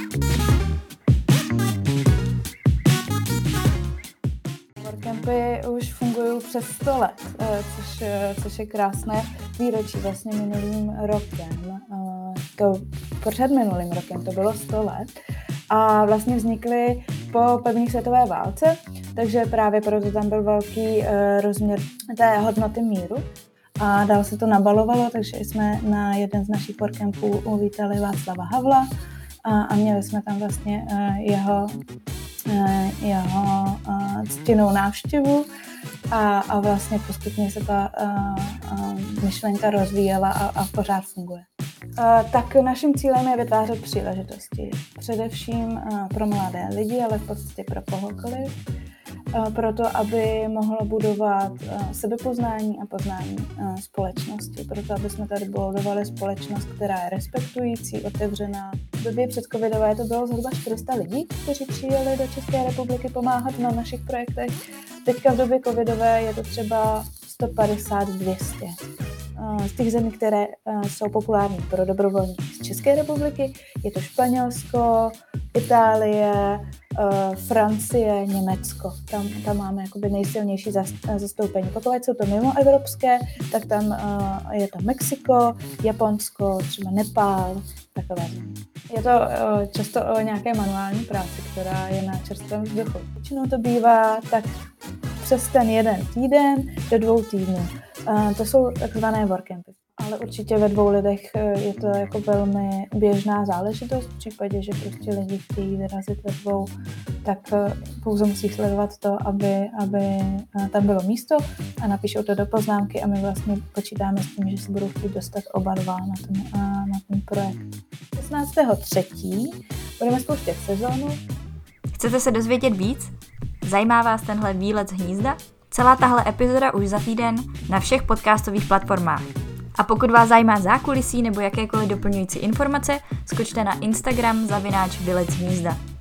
Workcampy už fungují přes 100 let, což je krásné výročí vlastně minulým rokem. Před minulým rokem to bylo 100 let a vlastně vznikly po první světové válce, takže právě proto tam byl velký rozměr té hodnoty míru a dál se to nabalovalo, takže jsme na jeden z našich workcampů uvítali Václava Havla a měli jsme tam vlastně jeho ctěnou návštěvu a vlastně postupně se ta myšlenka rozvíjela a pořád funguje. Tak naším cílem je vytvářet příležitosti. Především pro mladé lidi, ale v podstatě pro kohokoliv. Proto, aby mohlo budovat sebepoznání a poznání společnosti. Proto, aby jsme tady budovali společnost, která je respektující, otevřená. V době předcovidové to bylo zhruba 400 lidí, kteří přijeli do České republiky pomáhat na našich projektech. Teďka v době covidové je to třeba 150-200. Z těch zemí, které jsou populární pro dobrovolníky z České republiky, je to Španělsko, Itálie, Francie, Německo. Tam máme jakoby nejsilnější zastoupení. Pokud jsou to mimo evropské, tak tam je to Mexiko, Japonsko, třeba Nepál, takové. Je to často o nějaké manuální práci, která je na čerstvém vzduchu. Většinou to bývá tak přes ten jeden týden do 2 týdnů. To jsou takzvané workcampy. Ale určitě ve 2 lidech je to jako velmi běžná záležitost. V případě, že prostě lidi chtějí vyrazit ve 2, tak pouze musí sledovat to, aby tam bylo místo a napíšou to do poznámky a my vlastně počítáme s tím, že se budou chtít dostat oba dva na ten projekt. 16.3. budeme spouštět sezónu. Chcete se dozvědět víc? Zajímá vás tenhle výlet z hnízda? Celá tahle epizoda už za týden na všech podcastových platformách. A pokud vás zajímá zákulisí nebo jakékoliv doplňující informace, skočte na Instagram @vylec z hnízda.